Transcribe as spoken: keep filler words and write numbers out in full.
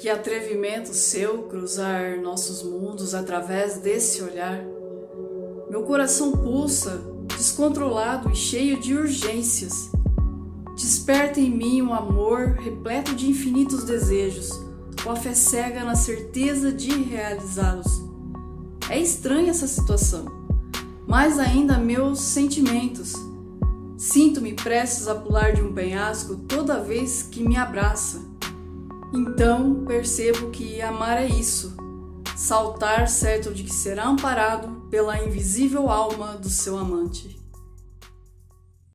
Que atrevimento seu cruzar nossos mundos através desse olhar. Meu coração pulsa, descontrolado e cheio de urgências. Desperta em mim um amor repleto de infinitos desejos, com a fé cega na certeza de realizá-los. É estranha essa situação, mais ainda meus sentimentos. Sinto-me prestes a pular de um penhasco toda vez que me abraça. Então percebo que amar é isso, saltar certo de que será amparado pela invisível alma do seu amante.